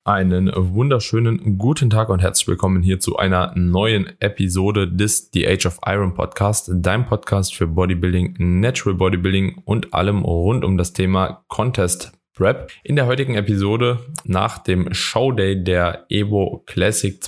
Einen wunderschönen guten Tag und herzlich willkommen hier zu einer neuen Episode des The Age of Iron Podcast, dein Podcast für Bodybuilding, Natural Bodybuilding und allem rund um das Thema Contest Prep. In der heutigen Episode nach dem Showday der Evo Classic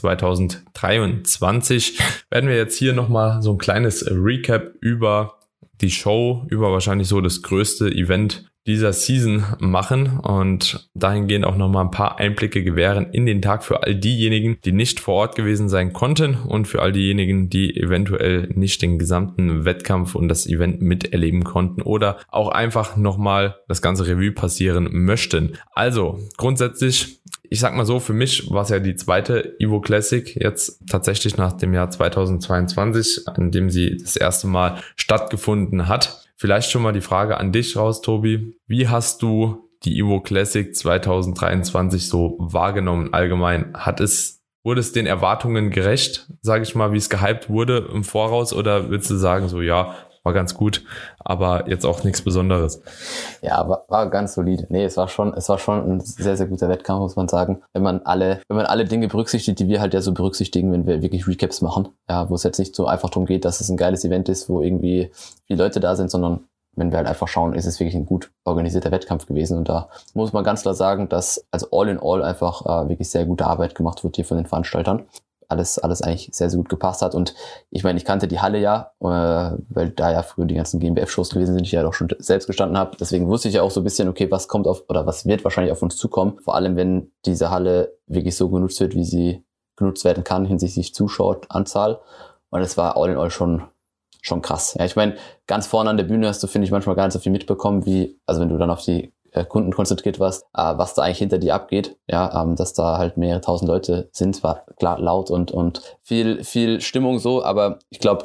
2023 werden wir jetzt hier nochmal so ein kleines Recap über die Show, über wahrscheinlich so das größte Event dieser Season machen und dahingehend auch nochmal ein paar Einblicke gewähren in den Tag für all diejenigen, die nicht vor Ort gewesen sein konnten und für all diejenigen, die eventuell nicht den gesamten Wettkampf und das Event miterleben konnten oder auch einfach nochmal das ganze Revue passieren möchten. Also grundsätzlich, ich sag mal so, für mich war es ja die zweite Evo Classic jetzt tatsächlich nach dem Jahr 2022, in dem sie das erste Mal stattgefunden hat. Vielleicht schon mal die Frage an dich raus, Tobi. Wie hast du die Evo Classic 2023 so wahrgenommen allgemein? Wurde es den Erwartungen gerecht, sage ich mal, wie es gehypt wurde im Voraus? Oder würdest du sagen, so ja, war ganz gut, aber jetzt auch nichts Besonderes? Ja, war ganz solide. Nee, es war schon ein sehr, sehr guter Wettkampf, muss man sagen. Wenn man alle Dinge berücksichtigt, die wir halt ja so berücksichtigen, wenn wir wirklich Recaps machen. Ja, wo es jetzt nicht so einfach darum geht, dass es ein geiles Event ist, wo irgendwie viele Leute da sind, sondern wenn wir halt einfach schauen, ist es wirklich ein gut organisierter Wettkampf gewesen. Und da muss man ganz klar sagen, dass also all in all einfach wirklich sehr gute Arbeit gemacht wird hier von den Veranstaltern. Alles eigentlich sehr, sehr gut gepasst hat. Und ich meine, ich kannte die Halle ja, weil da ja früher die ganzen GmbF-Shows gewesen sind, die ich ja doch schon selbst gestanden habe. Deswegen wusste ich ja auch so ein bisschen, okay, was wird wahrscheinlich auf uns zukommen. Vor allem, wenn diese Halle wirklich so genutzt wird, wie sie genutzt werden kann hinsichtlich Zuschaueranzahl. Und es war all in all schon krass. Ja, ich meine, ganz vorne an der Bühne hast du, finde ich, manchmal gar nicht so viel mitbekommen, also wenn du dann auf die Kunden konzentriert warst, was da eigentlich hinter dir abgeht, ja, dass da halt mehrere tausend Leute sind, war klar laut und viel Stimmung so, aber ich glaube,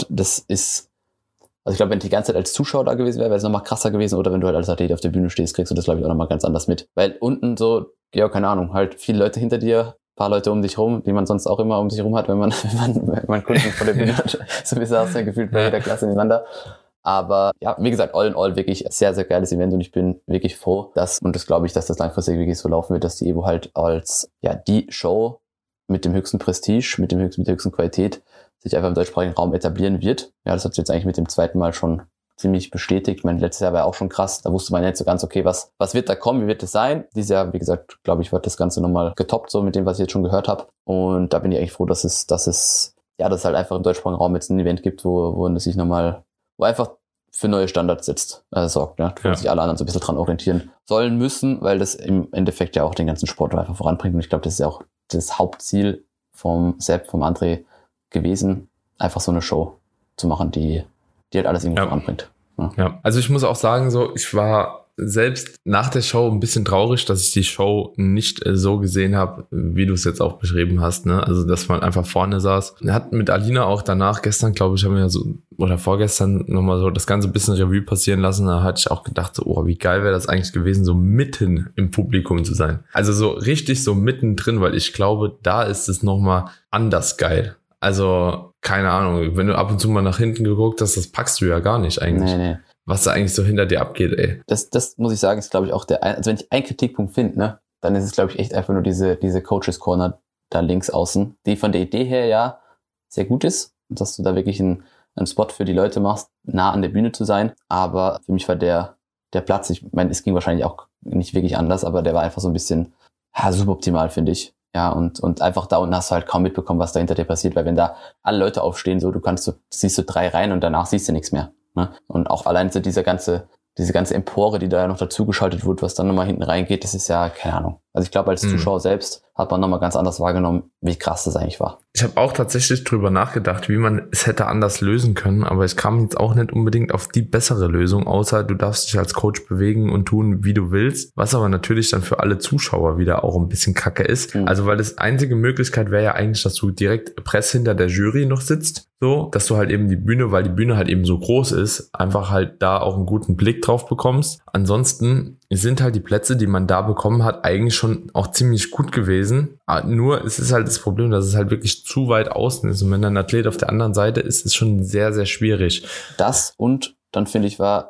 wenn ich die ganze Zeit als Zuschauer da gewesen wäre es nochmal krasser gewesen, oder wenn du halt als Athlet auf der Bühne stehst, kriegst du das, glaube ich, auch nochmal ganz anders mit, weil unten so, ja, keine Ahnung, halt viele Leute hinter dir, paar Leute um dich rum, die man sonst auch immer um sich rum hat, wenn man Kunden vor der Bühne hat, so wie es aussieht, gefühlt bei jeder Klasse nebeneinander. Aber ja, wie gesagt, all in all wirklich sehr, sehr geiles Event und ich bin wirklich froh, das glaube ich, dass das langfristig wirklich so laufen wird, dass die Evo halt als die Show mit dem höchsten Prestige, mit der höchsten Qualität sich einfach im deutschsprachigen Raum etablieren wird. Ja, das hat sich jetzt eigentlich mit dem zweiten Mal schon ziemlich bestätigt. Ich meine, letztes Jahr war ja auch schon krass, da wusste man nicht so ganz, okay, was wird da kommen, wie wird das sein? Dieses Jahr, wie gesagt, glaube ich, wird das Ganze nochmal getoppt, so mit dem, was ich jetzt schon gehört habe. Und da bin ich eigentlich froh, dass es halt einfach im deutschsprachigen Raum jetzt ein Event gibt, wo einfach für neue Standards sorgt, ja, wo sich alle anderen so ein bisschen dran orientieren sollen müssen, weil das im Endeffekt ja auch den ganzen Sport einfach voranbringt. Und ich glaube, das ist ja auch das Hauptziel vom Sepp, vom André gewesen, einfach so eine Show zu machen, die halt alles irgendwie voranbringt. Ja, also ich muss auch sagen, so, ich war selbst nach der Show ein bisschen traurig, dass ich die Show nicht so gesehen habe, wie du es jetzt auch beschrieben hast, ne? Also, dass man einfach vorne saß. Er hat mit Alina auch danach, gestern, glaube ich, haben wir ja so, oder vorgestern nochmal so das ganze bisschen Revue passieren lassen. Da hatte ich auch gedacht, so, oh, wie geil wäre das eigentlich gewesen, so mitten im Publikum zu sein. Also so richtig so mittendrin, weil ich glaube, da ist es nochmal anders geil. Also, keine Ahnung, wenn du ab und zu mal nach hinten geguckt hast, das packst du ja gar nicht eigentlich. Nee. Was da eigentlich so hinter dir abgeht, ey. Das muss ich sagen, ist, glaube ich, auch also wenn ich einen Kritikpunkt finde, ne, dann ist es, glaube ich, echt einfach nur diese Coaches Corner da links außen, die von der Idee her ja sehr gut ist, dass du da wirklich einen Spot für die Leute machst, nah an der Bühne zu sein. Aber für mich war der Platz, ich meine, es ging wahrscheinlich auch nicht wirklich anders, aber der war einfach so ein bisschen suboptimal, finde ich. Ja, und einfach da unten hast du halt kaum mitbekommen, was da hinter dir passiert, weil wenn da alle Leute aufstehen, so, siehst du 3 Reihen und danach siehst du nichts mehr. Ne? Und auch allein so diese ganze Empore, die da ja noch dazugeschaltet wird, was dann nochmal hinten reingeht, das ist ja, keine Ahnung. Also ich glaube, als Zuschauer selbst hat man nochmal ganz anders wahrgenommen, wie krass das eigentlich war. Ich habe auch tatsächlich drüber nachgedacht, wie man es hätte anders lösen können, aber ich kam jetzt auch nicht unbedingt auf die bessere Lösung, außer du darfst dich als Coach bewegen und tun, wie du willst, was aber natürlich dann für alle Zuschauer wieder auch ein bisschen kacke ist. Also weil das einzige Möglichkeit wäre ja eigentlich, dass du direkt press hinter der Jury noch sitzt, so, dass du halt eben die Bühne, weil die Bühne halt eben so groß ist, einfach halt da auch einen guten Blick drauf bekommst. Ansonsten sind halt die Plätze, die man da bekommen hat, eigentlich schon auch ziemlich gut gewesen. Nur es ist halt das Problem, dass es halt wirklich zu weit außen ist. Und wenn ein Athlet auf der anderen Seite ist, ist es schon sehr, sehr schwierig. Das und dann finde ich also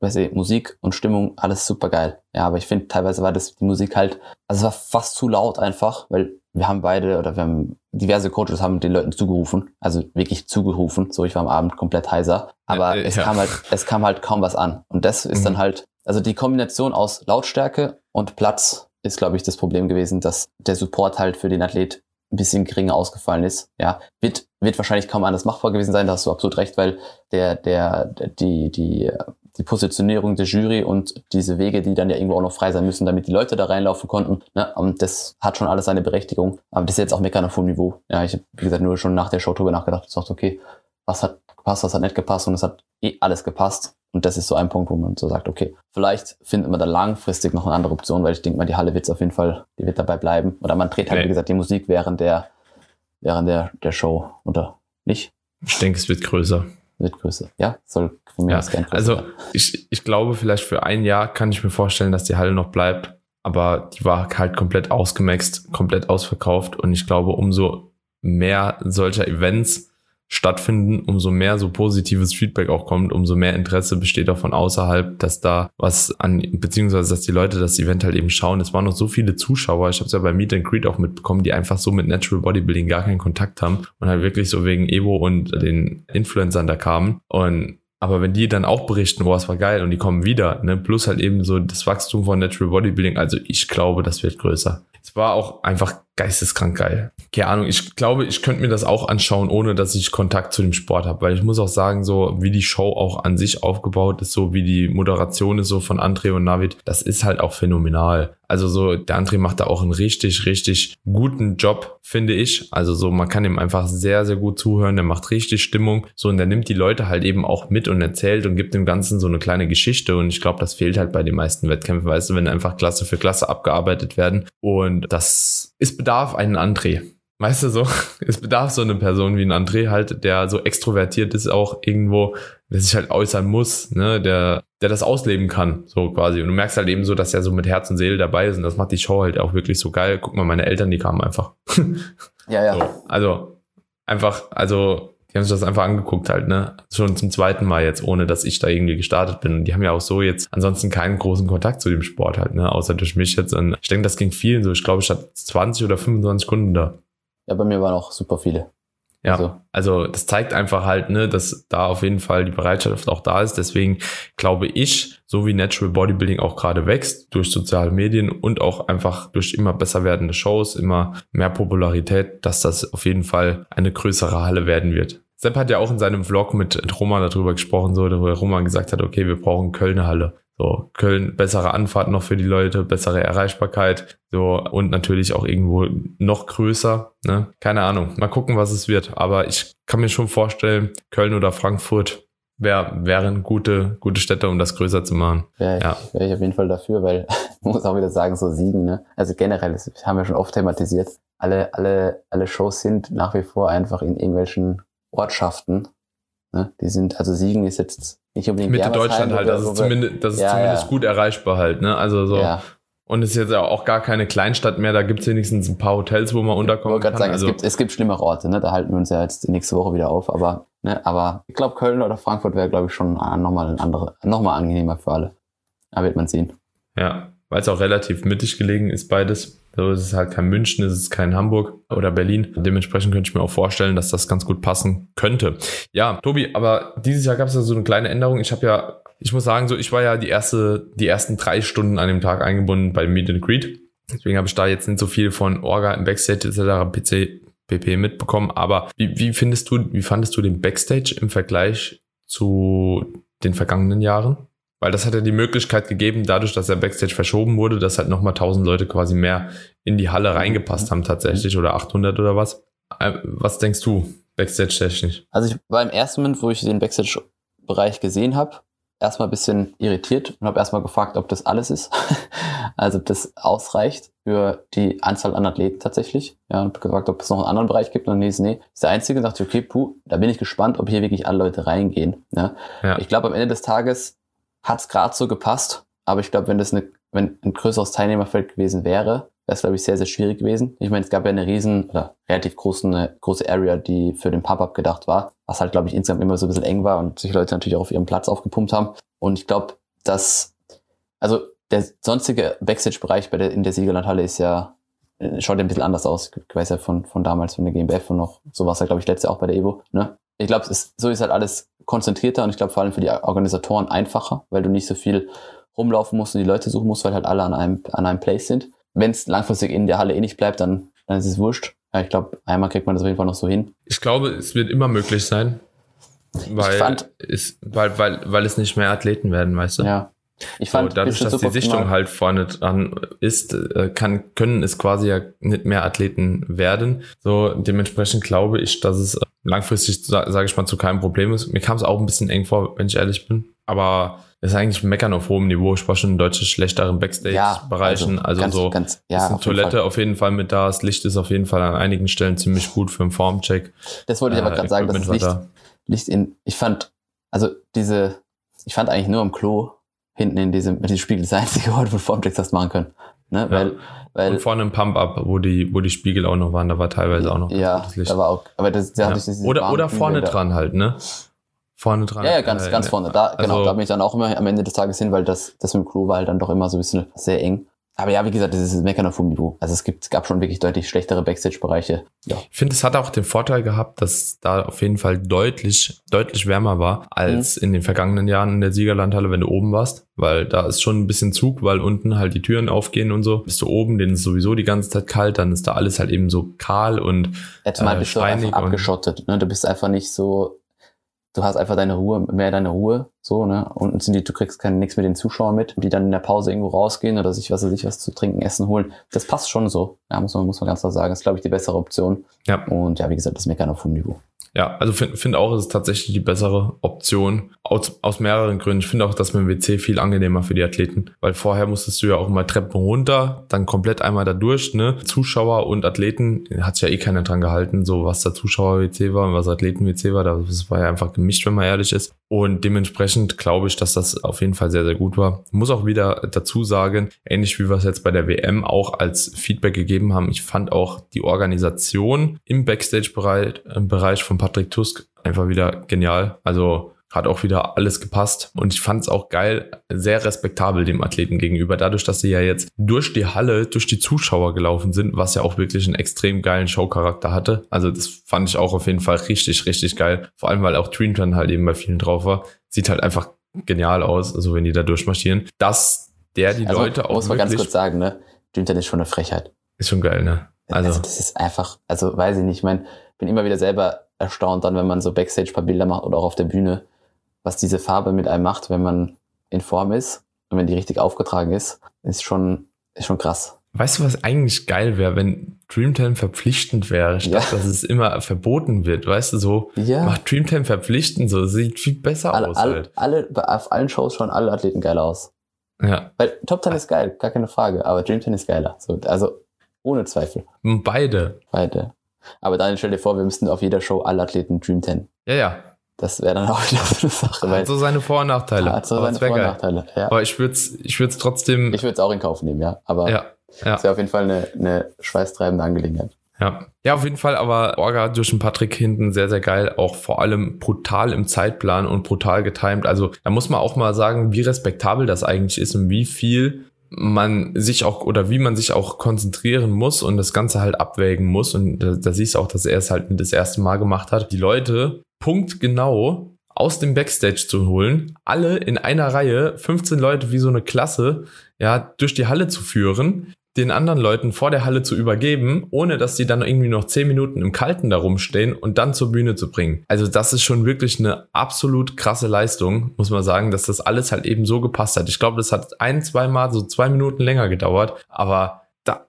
weiß ich, Musik und Stimmung, alles super geil. Ja, aber ich finde, teilweise war die Musik halt, also es war fast zu laut einfach, weil wir haben diverse Coaches haben den Leuten zugerufen, also wirklich zugerufen, so ich war am Abend komplett heiser, aber es kam halt kaum was an. Und das ist dann halt, also die Kombination aus Lautstärke und Platz ist, glaube ich, das Problem gewesen, dass der Support halt für den Athlet ein bisschen geringer ausgefallen ist. Ja, wird wahrscheinlich kaum anders machbar gewesen sein, da hast du absolut recht, weil die Positionierung der Jury und diese Wege, die dann ja irgendwo auch noch frei sein müssen, damit die Leute da reinlaufen konnten, ne, und das hat schon alles seine Berechtigung. Aber das ist jetzt auch meckern auf hohem Niveau. Ja, ich habe, wie gesagt, nur schon nach der Show drüber nachgedacht und gesagt, okay, was hat gepasst, was hat nicht gepasst, und es hat alles gepasst. Und das ist so ein Punkt, wo man so sagt, okay, vielleicht findet man da langfristig noch eine andere Option, weil ich denke mal, die Halle wird auf jeden Fall, die wird dabei bleiben. Oder man dreht halt, wie gesagt, die Musik während der Show, oder nicht? Ich denke, es wird größer. Wird größer. Ja, soll von mir aus gern größer. Also ich glaube, vielleicht für ein Jahr kann ich mir vorstellen, dass die Halle noch bleibt, aber die war halt komplett ausgemaxt, komplett ausverkauft, und ich glaube, umso mehr solcher Events stattfinden, umso mehr so positives Feedback auch kommt, umso mehr Interesse besteht auch von außerhalb, dass da was beziehungsweise dass die Leute das Event halt eben schauen. Es waren noch so viele Zuschauer, ich habe es ja bei Meet and Greet auch mitbekommen, die einfach so mit Natural Bodybuilding gar keinen Kontakt haben und halt wirklich so wegen Evo und den Influencern da kamen. Aber wenn die dann auch berichten, oh, es war geil, und die kommen wieder, ne, plus halt eben so das Wachstum von Natural Bodybuilding, also ich glaube, das wird größer. Es war auch einfach geisteskrank geil. Keine Ahnung, ich glaube, ich könnte mir das auch anschauen, ohne dass ich Kontakt zu dem Sport habe, weil ich muss auch sagen, so wie die Show auch an sich aufgebaut ist, so wie die Moderation ist so von André und Navid, das ist halt auch phänomenal. Also so, der André macht da auch einen richtig, richtig guten Job, finde ich. Also so, man kann ihm einfach sehr, sehr gut zuhören, der macht richtig Stimmung, so, und der nimmt die Leute halt eben auch mit und erzählt und gibt dem Ganzen so eine kleine Geschichte, und ich glaube, das fehlt halt bei den meisten Wettkämpfen, weißt du, wenn einfach Klasse für Klasse abgearbeitet werden, und es bedarf einen André. Weißt du so, es bedarf so eine Person wie ein André halt, der so extrovertiert ist auch irgendwo, der sich halt äußern muss, ne, der das ausleben kann, so quasi. Und du merkst halt eben so, dass er so mit Herz und Seele dabei ist, und das macht die Show halt auch wirklich so geil. Guck mal, meine Eltern, die kamen einfach. Ja. So, die haben sich das einfach angeguckt halt, ne, schon zum zweiten Mal jetzt, ohne dass ich da irgendwie gestartet bin. Und die haben ja auch so jetzt ansonsten keinen großen Kontakt zu dem Sport halt, ne, außer durch mich jetzt. Und ich denke, das ging vielen so. Ich glaube, ich hatte 20 oder 25 Kunden da. Ja, bei mir waren auch super viele. Ja, also das zeigt einfach halt, ne, dass da auf jeden Fall die Bereitschaft auch da ist. Deswegen glaube ich, so wie Natural Bodybuilding auch gerade wächst, durch soziale Medien und auch einfach durch immer besser werdende Shows, immer mehr Popularität, dass das auf jeden Fall eine größere Halle werden wird. Sepp hat ja auch in seinem Vlog mit Roman darüber gesprochen, so, wo Roman gesagt hat, okay, wir brauchen Kölner Halle. So, Köln, bessere Anfahrt noch für die Leute, bessere Erreichbarkeit, so, und natürlich auch irgendwo noch größer, ne? Keine Ahnung. Mal gucken, was es wird. Aber ich kann mir schon vorstellen, Köln oder Frankfurt wären gute Städte, um das größer zu machen. Wäre ich auf jeden Fall dafür, weil, ich muss auch wieder sagen, so Siegen, ne? Also generell, das haben wir schon oft thematisiert. Alle Shows sind nach wie vor einfach in irgendwelchen Ortschaften, ne? Die sind, also Siegen ist jetzt nicht unbedingt Mitte Deutschland halt, das ist zumindest gut erreichbar halt, ne? Also so. Ja. Und es ist jetzt auch gar keine Kleinstadt mehr, da gibt es wenigstens ein paar Hotels, wo man unterkommen kann. Ich wollte gerade sagen, es gibt schlimmere Orte, ne? Da halten wir uns ja jetzt die nächste Woche wieder auf, aber ich glaube, Köln oder Frankfurt wäre, glaube ich, schon nochmal angenehmer für alle. Da wird man sehen. Ja, weil es auch relativ mittig gelegen ist, beides. So, es ist halt kein München, es ist kein Hamburg oder Berlin. Dementsprechend könnte ich mir auch vorstellen, dass das ganz gut passen könnte. Ja, Tobi, aber dieses Jahr gab es ja so eine kleine Änderung. Ich muss sagen, so, ich war ja die ersten 3 Stunden an dem Tag eingebunden bei Meet and Greet. Deswegen habe ich da jetzt nicht so viel von Orga im Backstage etc. pp. Mitbekommen. Aber wie fandest du den Backstage im Vergleich zu den vergangenen Jahren? Weil das hat ja die Möglichkeit gegeben, dadurch, dass der Backstage verschoben wurde, dass halt nochmal 1000 Leute quasi mehr in die Halle reingepasst haben tatsächlich, oder 800 oder was. Was denkst du, Backstage-technisch? Also ich war im ersten Moment, wo ich den Backstage-Bereich gesehen habe, erstmal ein bisschen irritiert und habe erstmal gefragt, ob das alles ist. Also ob das ausreicht für die Anzahl an Athleten tatsächlich. Ja, und habe gefragt, ob es noch einen anderen Bereich gibt. Und dann nee, ist der einzige. Dachte ich, okay, da bin ich gespannt, ob hier wirklich alle Leute reingehen. Ja. Ich glaube, am Ende des Tages hat es gerade so gepasst, aber ich glaube, wenn ein größeres Teilnehmerfeld gewesen wäre, wäre es, glaube ich, sehr, sehr schwierig gewesen. Ich meine, es gab ja eine relativ große Area, die für den Pop-Up gedacht war, was halt, glaube ich, insgesamt immer so ein bisschen eng war und sich Leute natürlich auch auf ihrem Platz aufgepumpt haben. Und ich glaube, also der sonstige Backstage-Bereich in der Siegerlandhalle ist ja, schaut ja ein bisschen anders aus. Ich weiß ja von damals, von der GmbF und noch, so war es ja, glaube ich, letztes Jahr auch bei der Evo, ne? Ich glaube, so ist halt alles konzentrierter und ich glaube vor allem für die Organisatoren einfacher, weil du nicht so viel rumlaufen musst und die Leute suchen musst, weil halt alle an einem Place sind. Wenn es langfristig in der Halle nicht bleibt, dann ist es wurscht. Ja, ich glaube, einmal kriegt man das auf jeden Fall noch so hin. Ich glaube, es wird immer möglich sein, weil es nicht mehr Athleten werden, weißt du? Ja. Ich fand, dadurch, dass die Sichtung halt vorne dran ist, können es quasi ja nicht mehr Athleten werden. So, dementsprechend glaube ich, dass es langfristig, sage ich mal, zu keinem Problem ist. Mir kam es auch ein bisschen eng vor, wenn ich ehrlich bin. Aber es ist eigentlich Meckern auf hohem Niveau. Ich war schon in deutlich schlechteren Backstage-Bereichen. Also ist eine Toilette auf jeden Fall mit da. Das Licht ist auf jeden Fall an einigen Stellen ziemlich gut für einen Formcheck. Das wollte ich aber gerade sagen, dass das Licht ich fand eigentlich nur am Klo hinten mit diesem Spiegel das einzige Ort, wo Formchecks das machen können. Ne? Ja. Weil und vorne im Pump-Up, wo die Spiegel auch noch waren, da war teilweise auch noch das Licht. Da war auch, aber das ja. Oder vorne dran halt, ne? Vorne dran. Ja, ganz vorne. Da bin ich dann auch immer am Ende des Tages hin, weil das mit dem Klo war halt dann doch immer so ein bisschen sehr eng. Aber ja, wie gesagt, das ist Meckern auf hohem Niveau. Also es gab schon wirklich deutlich schlechtere Backstage-Bereiche. Ja. Ich finde, es hat auch den Vorteil gehabt, dass da auf jeden Fall deutlich wärmer war als in den vergangenen Jahren in der Siegerlandhalle, wenn du oben warst. Weil da ist schon ein bisschen Zug, weil unten halt die Türen aufgehen und so. Bist du oben, denen ist sowieso die ganze Zeit kalt, dann ist da alles halt eben so kahl und mal bist du einfach abgeschottet. Ne? Du bist einfach nicht so... Du hast einfach deine Ruhe, so, ne? Unten du kriegst nichts mit den Zuschauern mit, die dann in der Pause irgendwo rausgehen oder sich was zu trinken, essen holen. Das passt schon so. Ja, muss man ganz klar sagen. Das ist, glaube ich, die bessere Option. Ja. Und ja, wie gesagt, das Meckern auf hohem Niveau. Ja, also finde auch, es ist tatsächlich die bessere Option. Aus mehreren Gründen. Ich finde auch, dass mit dem WC viel angenehmer für die Athleten. Weil vorher musstest du ja auch mal Treppen runter, dann komplett einmal da durch, ne? Zuschauer und Athleten, hat sich ja keiner dran gehalten, so was da Zuschauer-WC war und was Athleten-WC war. Das war ja einfach gemischt, wenn man ehrlich ist. Und dementsprechend glaube ich, dass das auf jeden Fall sehr, sehr gut war. Ich muss auch wieder dazu sagen, ähnlich wie wir es jetzt bei der WM auch als Feedback gegeben haben, ich fand auch die Organisation im Backstage-Bereich von Patrick Tusk einfach wieder genial. Also hat auch wieder alles gepasst. Und ich fand es auch geil, sehr respektabel dem Athleten gegenüber. Dadurch, dass sie ja jetzt durch die Halle, durch die Zuschauer gelaufen sind, was ja auch wirklich einen extrem geilen Showcharakter hatte. Also das fand ich auch auf jeden Fall richtig, richtig geil. Vor allem, weil auch Dreamtime halt eben bei vielen drauf war. Sieht halt einfach genial aus, also wenn die da durchmarschieren. Dass die Leute auch muss man ganz kurz sagen, ne? Dreamtime ist schon eine Frechheit. Ist schon geil, ne? Also das ist einfach, also weiß ich nicht, ich meine, bin immer wieder selber erstaunt dann, wenn man so Backstage ein paar Bilder macht oder auch auf der Bühne, was diese Farbe mit einem macht, wenn man in Form ist und wenn die richtig aufgetragen ist schon krass. Weißt du, was eigentlich geil wäre, wenn Dreamtime verpflichtend wäre, statt dass es immer verboten wird, weißt du, so macht Dreamtime verpflichtend, so sieht viel besser aus. Auf allen Shows schauen alle Athleten geil aus. Ja. Weil Top 10 ist geil, gar keine Frage, aber Dreamtime ist geiler. So, also ohne Zweifel. Beide. Aber dann stell dir vor, wir müssten auf jeder Show alle Athleten Dreamtime. Ja. Das wäre dann auch wieder so eine Sache. Hat so seine Vor- und Nachteile. Hat so seine Vor- und Nachteile, ja. Aber ich würde es trotzdem... Ich würde es auch in Kauf nehmen, ja. Aber das wäre auf jeden Fall eine schweißtreibende Angelegenheit. Ja, auf jeden Fall, aber Orga durch den Patrick hinten sehr, sehr geil. Auch vor allem brutal im Zeitplan und brutal getimed. Also da muss man auch mal sagen, wie respektabel das eigentlich ist und wie viel man sich auch oder wie man sich auch konzentrieren muss und das Ganze halt abwägen muss. Und da siehst du auch, dass er es halt das erste Mal gemacht hat. Die Leute punktgenau aus dem Backstage zu holen, alle in einer Reihe, 15 Leute wie so eine Klasse, durch die Halle zu führen, den anderen Leuten vor der Halle zu übergeben, ohne dass die dann irgendwie noch 10 Minuten im Kalten da rumstehen und dann zur Bühne zu bringen. Also das ist schon wirklich eine absolut krasse Leistung, muss man sagen, dass das alles halt eben so gepasst hat. Ich glaube, das hat 1-2 Mal so 2 Minuten länger gedauert, aber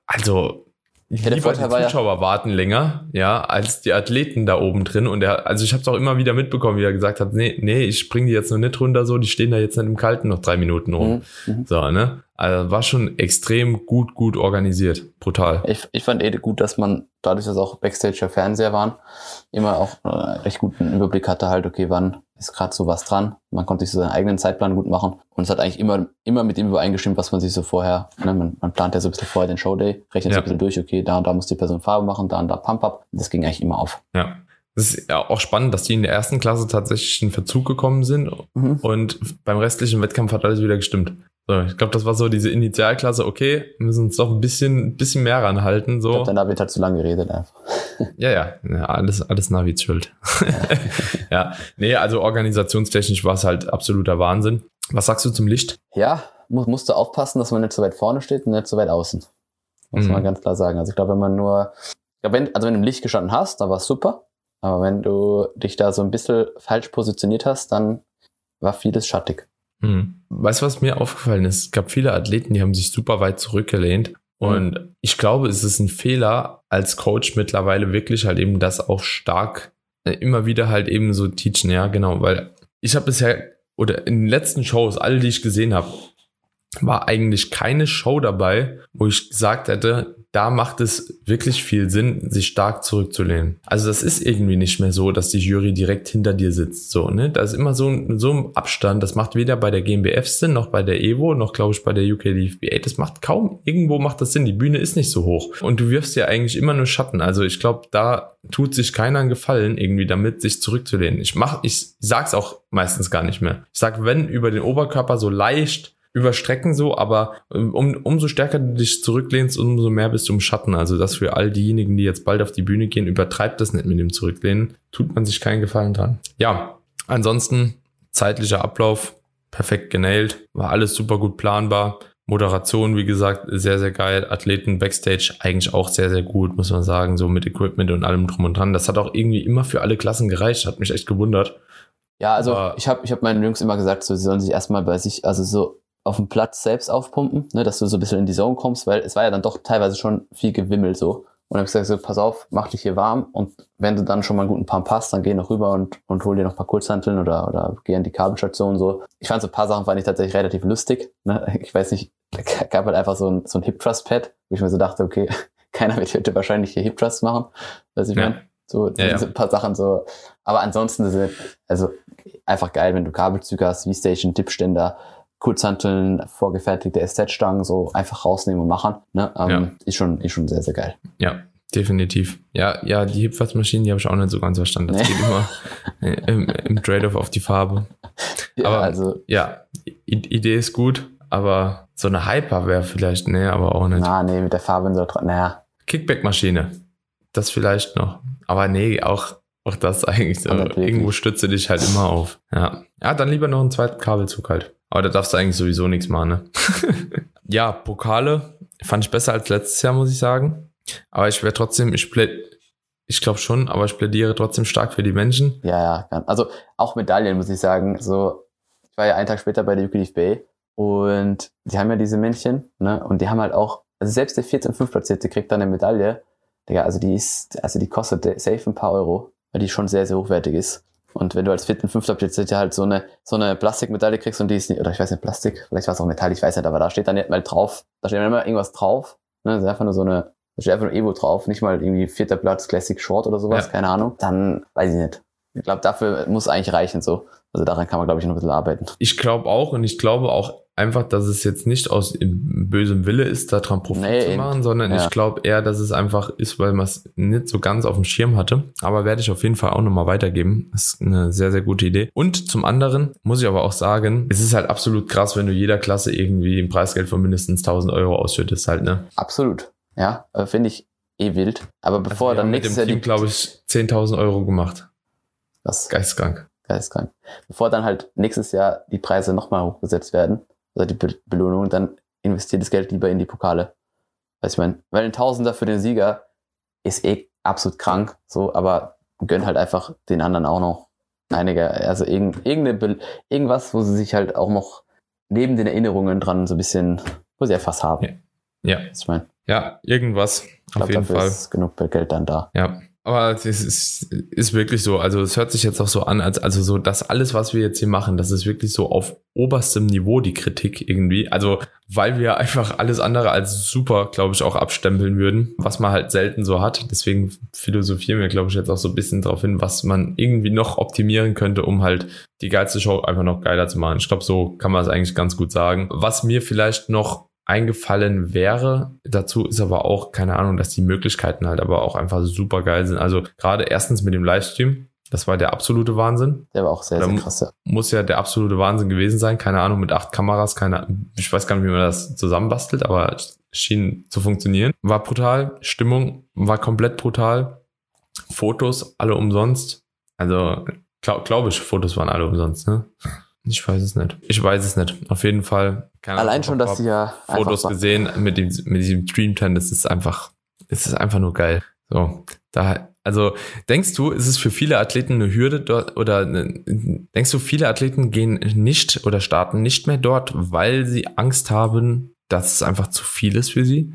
lieber die Zuschauer warten länger, als die Athleten da oben drin. Und also ich habe es auch immer wieder mitbekommen, wie er gesagt hat, nee, ich springe die jetzt noch nicht runter, so, die stehen da jetzt nicht im Kalten noch 3 Minuten rum. So, ne? Also war schon extrem gut organisiert. Brutal. Ich fand gut, dass man, dadurch, dass auch Backstage ja Fernseher waren, immer auch recht guten Überblick hatte halt, okay, wann ist gerade so was dran. Man konnte sich so seinen eigenen Zeitplan gut machen. Und es hat eigentlich immer mit dem übereingestimmt, was man sich so vorher, ne, man plant ja so ein bisschen vorher den Showday, rechnet so ein bisschen durch, okay, da und da muss die Person Farbe machen, da und da Pump-Up. Das ging eigentlich immer auf. Ja. Das ist ja auch spannend, dass die in der ersten Klasse tatsächlich in Verzug gekommen sind und beim restlichen Wettkampf hat alles wieder gestimmt. So, ich glaube, das war so diese Initialklasse, okay, wir müssen uns doch ein bisschen mehr ranhalten. So. Ich glaube, der Navi hat zu lange geredet einfach. Ja, alles Navis Schuld. Ja, nee, also organisationstechnisch war es halt absoluter Wahnsinn. Was sagst du zum Licht? Ja, musst du aufpassen, dass man nicht so weit vorne steht und nicht so weit außen. Muss man ganz klar sagen. Also ich glaube, wenn du im Licht gestanden hast, dann war es super. Aber wenn du dich da so ein bisschen falsch positioniert hast, dann war vieles schattig. Weißt du, was mir aufgefallen ist? Es gab viele Athleten, die haben sich super weit zurückgelehnt. Und ich glaube, es ist ein Fehler als Coach mittlerweile wirklich halt eben das auch stark immer wieder halt eben so teachen. Ja, genau, weil ich habe bisher oder in den letzten Shows, alle, die ich gesehen habe, war eigentlich keine Show dabei, wo ich gesagt hätte, da macht es wirklich viel Sinn, sich stark zurückzulehnen. Also das ist irgendwie nicht mehr so, dass die Jury direkt hinter dir sitzt. So, ne? Da ist immer so ein Abstand. Das macht weder bei der GmbF Sinn, noch bei der Evo, noch glaube ich bei der UK DFBA. Das macht kaum, irgendwo macht das Sinn. Die Bühne ist nicht so hoch. Und du wirfst ja eigentlich immer nur Schatten. Also ich glaube, da tut sich keiner einen Gefallen, irgendwie damit, sich zurückzulehnen. Ich sag's auch meistens gar nicht mehr. Ich sag, wenn über den Oberkörper so leicht überstrecken so, aber umso stärker du dich zurücklehnst, umso mehr bist du im Schatten. Also das für all diejenigen, die jetzt bald auf die Bühne gehen, übertreibt das nicht mit dem Zurücklehnen. Tut man sich keinen Gefallen dran. Ja, ansonsten zeitlicher Ablauf, perfekt genailt, war alles super gut planbar. Moderation, wie gesagt, sehr, sehr geil. Athleten Backstage eigentlich auch sehr, sehr gut, muss man sagen, so mit Equipment und allem drum und dran. Das hat auch irgendwie immer für alle Klassen gereicht, hat mich echt gewundert. Ja, also ich hab meinen Jungs immer gesagt, so, sie sollen sich erstmal bei sich, also so auf dem Platz selbst aufpumpen, ne, dass du so ein bisschen in die Zone kommst, weil es war ja dann doch teilweise schon viel Gewimmel so. Und dann hab ich gesagt, so, pass auf, mach dich hier warm und wenn du dann schon mal einen guten Pump hast, dann geh noch rüber und hol dir noch ein paar Kurzhanteln oder geh an die Kabelstation so. Ich fand so ein paar Sachen fand ich tatsächlich relativ lustig, ne. Ich weiß nicht, gab halt einfach so ein Hip Thrust Pad, wo ich mir so dachte, okay, keiner wird heute wahrscheinlich hier Hip Thrusts machen, was ich meine. So, ein paar Sachen so. Aber ansonsten ist also einfach geil, wenn du Kabelzüge hast, V-Station, Tippständer, Kurzhanteln, vorgefertigte SZ-Stangen, so einfach rausnehmen und machen. Ne? Ist schon sehr, sehr geil. Ja, definitiv. Ja, die Hip-Thrust-Maschinen, die habe ich auch nicht so ganz verstanden. Das geht immer im Trade-off auf die Farbe. Ja, aber also, Idee ist gut, aber so eine Hyper wäre vielleicht, aber auch nicht. Mit der Farbe so, Kickback-Maschine, das vielleicht noch. Aber auch das eigentlich so. Irgendwo stütze dich halt immer auf. Ja, dann lieber noch einen zweiten Kabelzug halt. Aber da darfst du eigentlich sowieso nichts machen, ne? Ja, Pokale fand ich besser als letztes Jahr, muss ich sagen. Aber ich wäre trotzdem, ich glaube schon, aber ich plädiere trotzdem stark für die Menschen. Ja, also auch Medaillen, muss ich sagen. So, ich war ja einen Tag später bei der UK DFBA und die haben ja diese Männchen, ne? Und die haben halt auch, also selbst der 4. und 5. Platzierte kriegt dann eine Medaille. Digga, also die kostet safe ein paar Euro, weil die schon sehr, sehr hochwertig ist. Und wenn du als 4. und 5. Platzierte halt so eine Plastikmedaille kriegst und die ist nicht, oder ich weiß nicht, Plastik, vielleicht war es auch Metall, ich weiß nicht, aber da steht dann nicht mal drauf, da steht immer irgendwas drauf, ne, das ist einfach nur da steht einfach nur Evo drauf, nicht mal irgendwie 4. Platz Classic Short oder sowas, keine Ahnung, dann weiß ich nicht. Ich glaube, dafür muss eigentlich reichen so. Also daran kann man, glaube ich, noch ein bisschen arbeiten. Ich glaube auch und ich glaube auch einfach, dass es jetzt nicht aus bösem Wille ist, daran Profit zu machen, sondern ich glaube eher, dass es einfach ist, weil man es nicht so ganz auf dem Schirm hatte. Aber werde ich auf jeden Fall auch nochmal weitergeben. Das ist eine sehr, sehr gute Idee. Und zum anderen muss ich aber auch sagen, es ist halt absolut krass, wenn du jeder Klasse irgendwie ein Preisgeld von mindestens 1.000 Euro ausschüttest halt, ne? Absolut. Ja, finde ich wild. Aber bevor also dann nächstes Jahr glaube ich, 10.000 Euro gemacht. Was? Geisteskrank. Bevor dann halt nächstes Jahr die Preise nochmal hochgesetzt werden, oder die Belohnung, dann investiert das Geld lieber in die Pokale. Weißt du, weil ein Tausender für den Sieger ist absolut krank, so, aber gönn halt einfach den anderen auch noch also irgendwas, wo sie sich halt auch noch neben den Erinnerungen dran so ein bisschen, wo sie etwas haben. Ja. Weißt du, ja, irgendwas. Auf jeden Fall. Ist genug Geld dann da. Ja. Aber es ist wirklich so, also es hört sich jetzt auch so an, also so, dass alles, was wir jetzt hier machen, das ist wirklich so auf oberstem Niveau, die Kritik irgendwie. Also, weil wir einfach alles andere als super, glaube ich, auch abstempeln würden, was man halt selten so hat. Deswegen philosophieren wir, glaube ich, jetzt auch so ein bisschen drauf hin, was man irgendwie noch optimieren könnte, um halt die geilste Show einfach noch geiler zu machen. Ich glaube, so kann man es eigentlich ganz gut sagen. Was mir vielleicht noch eingefallen wäre. Dazu ist aber auch, keine Ahnung, dass die Möglichkeiten halt aber auch einfach super geil sind. Also gerade erstens mit dem Livestream, das war der absolute Wahnsinn. Der war auch sehr, sehr krass. Ja. Muss ja der absolute Wahnsinn gewesen sein. Keine Ahnung, mit 8 Kameras, ich weiß gar nicht, wie man das zusammenbastelt, aber schien zu funktionieren. War brutal. Stimmung war komplett brutal. Fotos, alle umsonst. Also, glaube ich, Fotos waren alle umsonst, ne? Ich weiß es nicht. Auf jeden Fall. Allein schon, dass sie ja Fotos gesehen mit diesem Dream Tent, es ist einfach nur geil. So, also denkst du, ist es für viele Athleten eine Hürde dort denkst du, viele Athleten gehen nicht oder starten nicht mehr dort, weil sie Angst haben, dass es einfach zu viel ist für sie?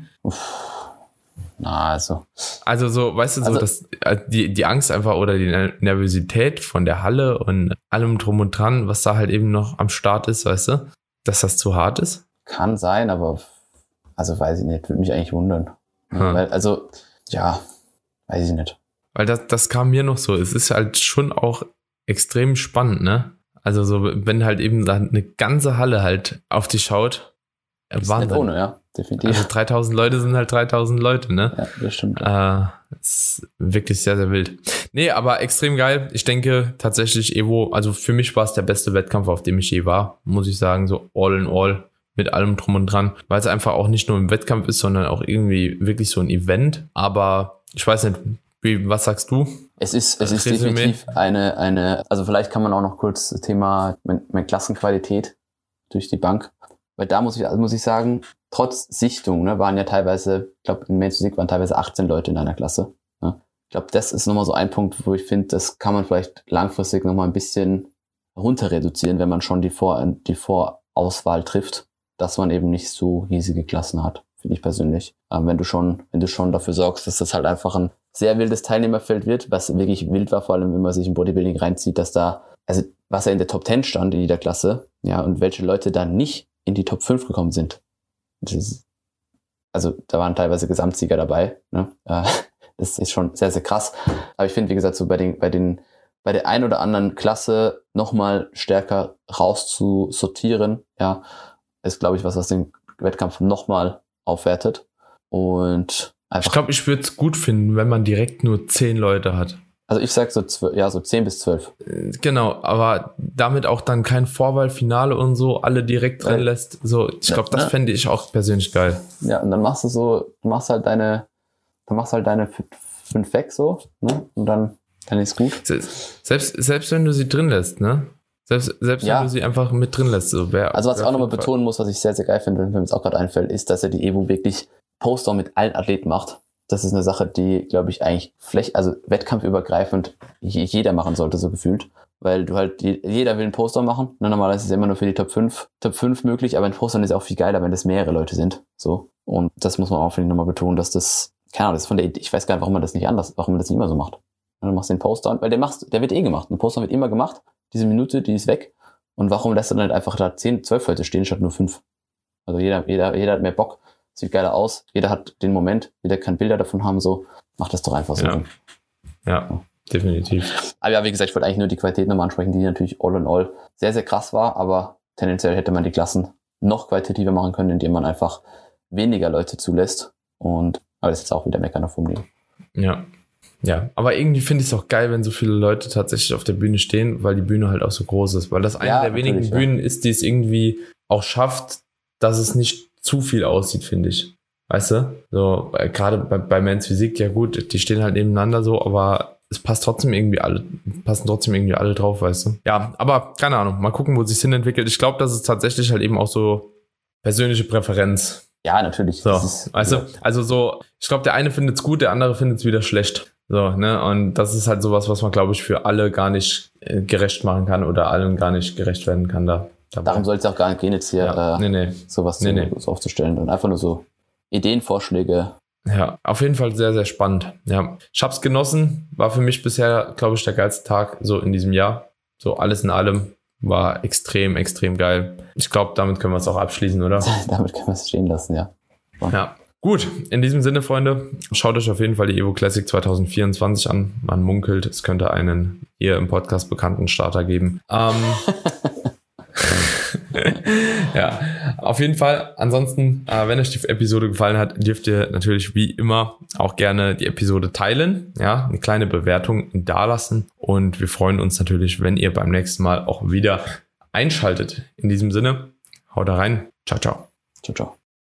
Also so, weißt du, so, dass die Angst einfach oder die Nervosität von der Halle und allem drum und dran, was da halt eben noch am Start ist, weißt du, dass das zu hart ist? Kann sein, aber weiß ich nicht, würde mich eigentlich wundern. Weil, weiß ich nicht. Weil das kam mir noch so, es ist halt schon auch extrem spannend, ne? Also so, wenn halt eben da eine ganze Halle halt auf dich schaut, ist nicht ohne, ja, definitiv. Also 3000 Leute sind halt 3000 Leute, ne? Ja, das stimmt. Ist wirklich sehr, sehr wild. Nee, aber extrem geil. Ich denke tatsächlich Evo, also für mich war es der beste Wettkampf, auf dem ich je war, muss ich sagen, so all in all, mit allem drum und dran, weil es einfach auch nicht nur ein Wettkampf ist, sondern auch irgendwie wirklich so ein Event. Aber ich weiß nicht, was sagst du? Es ist definitiv also vielleicht kann man auch noch kurz das Thema meine Klassenqualität durch die Bank, weil da muss ich sagen, trotz Sichtung, ne, waren ja teilweise, ich glaube in Men's Physik waren teilweise 18 Leute in einer Klasse. Ne? Ich glaube, das ist nochmal so ein Punkt, wo ich finde, das kann man vielleicht langfristig nochmal ein bisschen runter reduzieren, wenn man schon die Vorauswahl trifft, dass man eben nicht so riesige Klassen hat, finde ich persönlich. Wenn du schon dafür sorgst, dass das halt einfach ein sehr wildes Teilnehmerfeld wird, was wirklich wild war, vor allem wenn man sich im Bodybuilding reinzieht, dass da, also was ja in der Top 10 stand in jeder Klasse, ja, und welche Leute da nicht in die Top 5 gekommen sind. Also da waren teilweise Gesamtsieger dabei, ne? Das ist schon sehr, sehr krass. Aber ich finde, wie gesagt, so bei der ein oder anderen Klasse nochmal stärker rauszusortieren, ja, ist, glaube ich, was den Wettkampf nochmal aufwertet. Und einfach. Ich glaube, ich würde es gut finden, wenn man direkt nur 10 Leute hat. Also ich sag so 10 bis 12. Genau, aber damit auch dann kein Vorwahlfinale und so, alle direkt drin lässt. So, ich glaube, das fände ich auch persönlich geil. Ja, und dann machst halt deine 5 weg so, ne? Und dann ist gut. Selbst wenn du sie drin lässt, ne? Selbst wenn du sie einfach mit drin lässt. So, also was ich auch nochmal betonen muss, was ich sehr, sehr geil finde, wenn mir jetzt auch gerade einfällt, ist, dass er die Evo wirklich Poster mit allen Athleten macht. Das ist eine Sache, die, glaube ich, eigentlich wettkampfübergreifend jeder machen sollte, so gefühlt. Weil du halt, jeder will ein Poster machen. Normalerweise ist es immer nur für die Top 5 möglich, aber ein Poster ist auch viel geiler, wenn das mehrere Leute sind. So. Und das muss man auch, finde ich, nochmal betonen, dass das, keine Ahnung, das ist von der Idee, ich weiß gar nicht, warum man das nicht immer so macht. Du machst den Poster, weil der wird eh gemacht. Ein Poster wird immer gemacht. Diese Minute, die ist weg. Und warum lässt du dann halt einfach da 10, 12 Leute stehen, statt nur 5? Also jeder hat mehr Bock. Sieht geiler aus. Jeder hat den Moment. Jeder kann Bilder davon haben. So, macht das doch einfach so. Ja, definitiv. Aber ja, wie gesagt, ich wollte eigentlich nur die Qualität nochmal ansprechen, die natürlich all in all sehr, sehr krass war. Aber tendenziell hätte man die Klassen noch qualitativer machen können, indem man einfach weniger Leute zulässt. Aber das ist jetzt auch wieder Meckern auf hohem Niveau. Ja, aber irgendwie finde ich es auch geil, wenn so viele Leute tatsächlich auf der Bühne stehen, weil die Bühne halt auch so groß ist. Weil das eine der wenigen Bühnen ist, die es irgendwie auch schafft, dass es nicht zu viel aussieht, finde ich. Weißt du? So, gerade bei Men's Physik, ja gut, die stehen halt nebeneinander so, aber es passen trotzdem irgendwie alle drauf, weißt du? Ja, aber keine Ahnung, mal gucken, wo es sich hin entwickelt. Ich glaube, das ist tatsächlich halt eben auch so persönliche Präferenz. Ja, natürlich. So, weißt du? Also so, ich glaube, der eine findet es gut, der andere findet es wieder schlecht. So, ne? Und das ist halt sowas, was man, glaube ich, für alle gar nicht gerecht machen kann oder allen gar nicht gerecht werden kann da. Darum soll es auch gar nicht gehen, jetzt hier sowas so aufzustellen und einfach nur so Ideenvorschläge. Ja, auf jeden Fall sehr, sehr spannend. Ja, ich hab's genossen, war für mich bisher, glaube ich, der geilste Tag so in diesem Jahr. So alles in allem war extrem, extrem geil. Ich glaube, damit können wir es auch abschließen, oder? Damit können wir es stehen lassen, ja. Ja. Gut, in diesem Sinne, Freunde, schaut euch auf jeden Fall die Evo Classic 2024 an. Man munkelt, es könnte einen hier im Podcast bekannten Starter geben. Ja, auf jeden Fall. Ansonsten, wenn euch die Episode gefallen hat, dürft ihr natürlich wie immer auch gerne die Episode teilen, ja, eine kleine Bewertung dalassen und wir freuen uns natürlich, wenn ihr beim nächsten Mal auch wieder einschaltet. In diesem Sinne, haut da rein. Ciao, ciao. Ciao, ciao.